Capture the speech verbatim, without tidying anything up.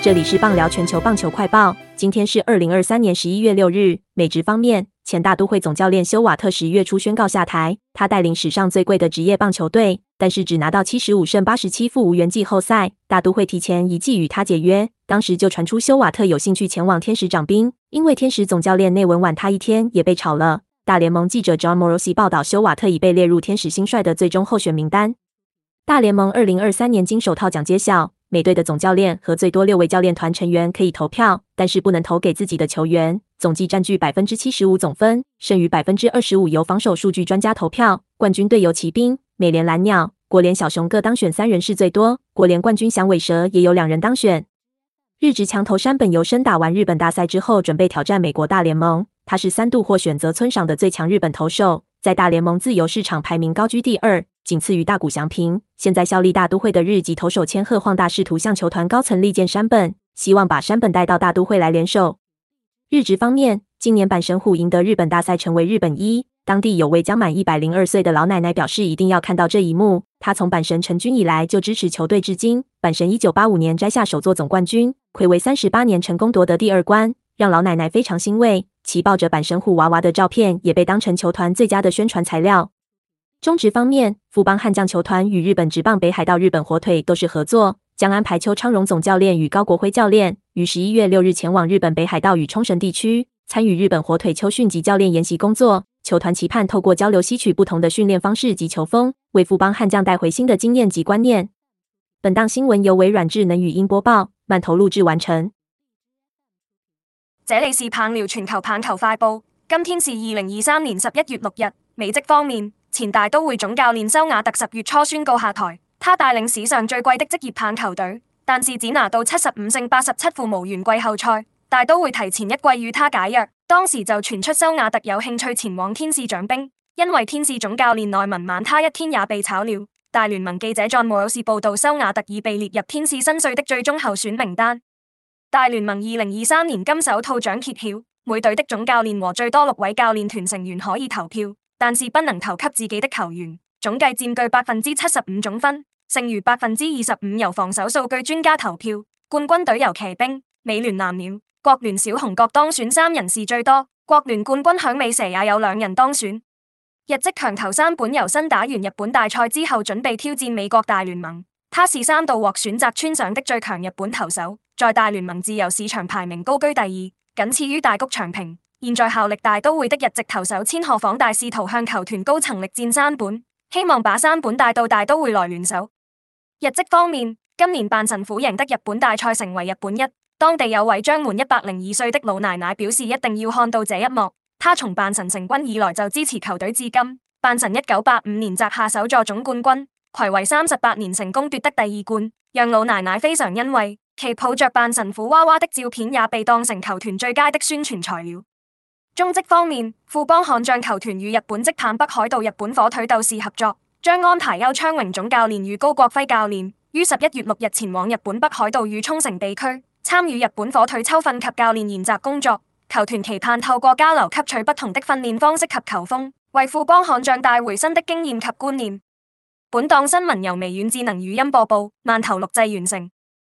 这里是棒聊全球棒球快报，今天是二零二三年十一月六日。美职方面，前大都会总教练休瓦特十月初宣告下台，他带领史上最贵的职业棒球队，但是只拿到七十五胜八十七负无缘季后赛。大都会提前一季与他解约，当时就传出休瓦特有兴趣前往天使掌兵，因为天使总教练内文晚他一天也被炒了。大联盟记者 John Morosi 报道，休瓦特已被列入天使新帅的最终候选名单。大联盟二零二三年金手套奖揭晓，每队的总教练和最多六位教练团成员可以投票，但是不能投给自己的球员。总计占据 百分之七十五 总分，剩余 百分之二十五 由防守数据专家投票。冠军队由骑兵、美联蓝鸟、国联小熊各当选三人是最多，国联冠军响尾蛇也有两人当选。日职强投山本由伸打完日本大赛之后，准备挑战美国大联盟。他是三度获选择村赏的最强日本投手，在大联盟自由市场排名高居第二，仅次于大谷翔平。现在效力大都会的日籍投手千贺晃大试图向球团高层力荐山本，希望把山本带到大都会来联手。日职方面，今年阪神虎赢得日本大赛，成为日本一。当地有位将满一百零二岁的老奶奶表示，一定要看到这一幕。她从阪神成军以来就支持球队至今。阪神一九八五年摘下首座总冠军，睽违三十八年成功夺得第二冠，让老奶奶非常欣慰。其抱着阪神虎娃娃的照片也被当成球团最佳的宣传材料。中职方面，富邦悍将球团与日本职棒北海道日本火腿都是合作，将安排邱昌荣总教练与高国辉教练于十一月六日前往日本北海道与冲绳地区，参与日本火腿邱训及教练研习工作。球团期盼透过交流吸取不同的训练方式及球风，为富邦悍将带回新的经验及观念。本档新闻由微软智能语音播报，慢投录制完成。 這裏是棒聊全球棒球快報，今天是二零二三年十一月六日。美職方面，前大都會總教練休瓦特十月初宣告下台，他帶領史上最貴的職業棒球隊，但是只拿到七十五勝八十七負無緣季後賽。大都會提前一季與他解約，當時就傳出休瓦特有興趣前往天使掌兵，因為天使總教練內文晚他一天也被炒了。大聯盟記者 John Morosi 報道，休瓦特已被列入天使新帥的最終候選名單。大聯盟二零二三年金手套獎揭曉，每隊的總教練和最多六位教練團成員可以投票，但是不能投給自己的球員。總計佔據 百分之七十五 總分，剩餘 百分之二十五 由防守數據專家投票。冠軍隊由騎兵、美聯藍鳥、國聯小熊各當選三人是最多，國聯冠軍響尾蛇也有兩人當選。日職強投山本由伸打完日本大賽之後，準備挑戰美國大聯盟。他是三度獲選擇村上的最強日本投手，在大聯盟自由市場排名高居第二，僅次於大谷翔平。現在效力大都會的日籍投手千賀滉大試圖向球團高層力薦山本，希望把山本帶到大都會來聯手。日職方面，今年阪神虎贏得日本大賽，成為日本一。當地有位將滿一百零二歲的老奶奶表示，一定要看到這一幕。她從阪神成軍以來就支持球隊至今，阪神一九八五年摘下首座總冠軍。睽違三十八年成功奪得第二冠，讓老奶奶非常欣慰。其抱着阪神虎娃娃的照片也被當成球團最佳的宣傳材料。中職方面，富邦悍將球團與日本職棒北海道日本火腿鬥士合作，將安排邱昌榮總教練與高國輝教練於十一月六日前往日本北海道與沖繩地區，參與日本火腿秋訓及教練研習工作。球團期盼透過交流吸取不同的訓練方式及球風，為富邦悍將帶回新的經驗及觀念。本檔新聞由微軟智能語音播報，慢投錄製完成。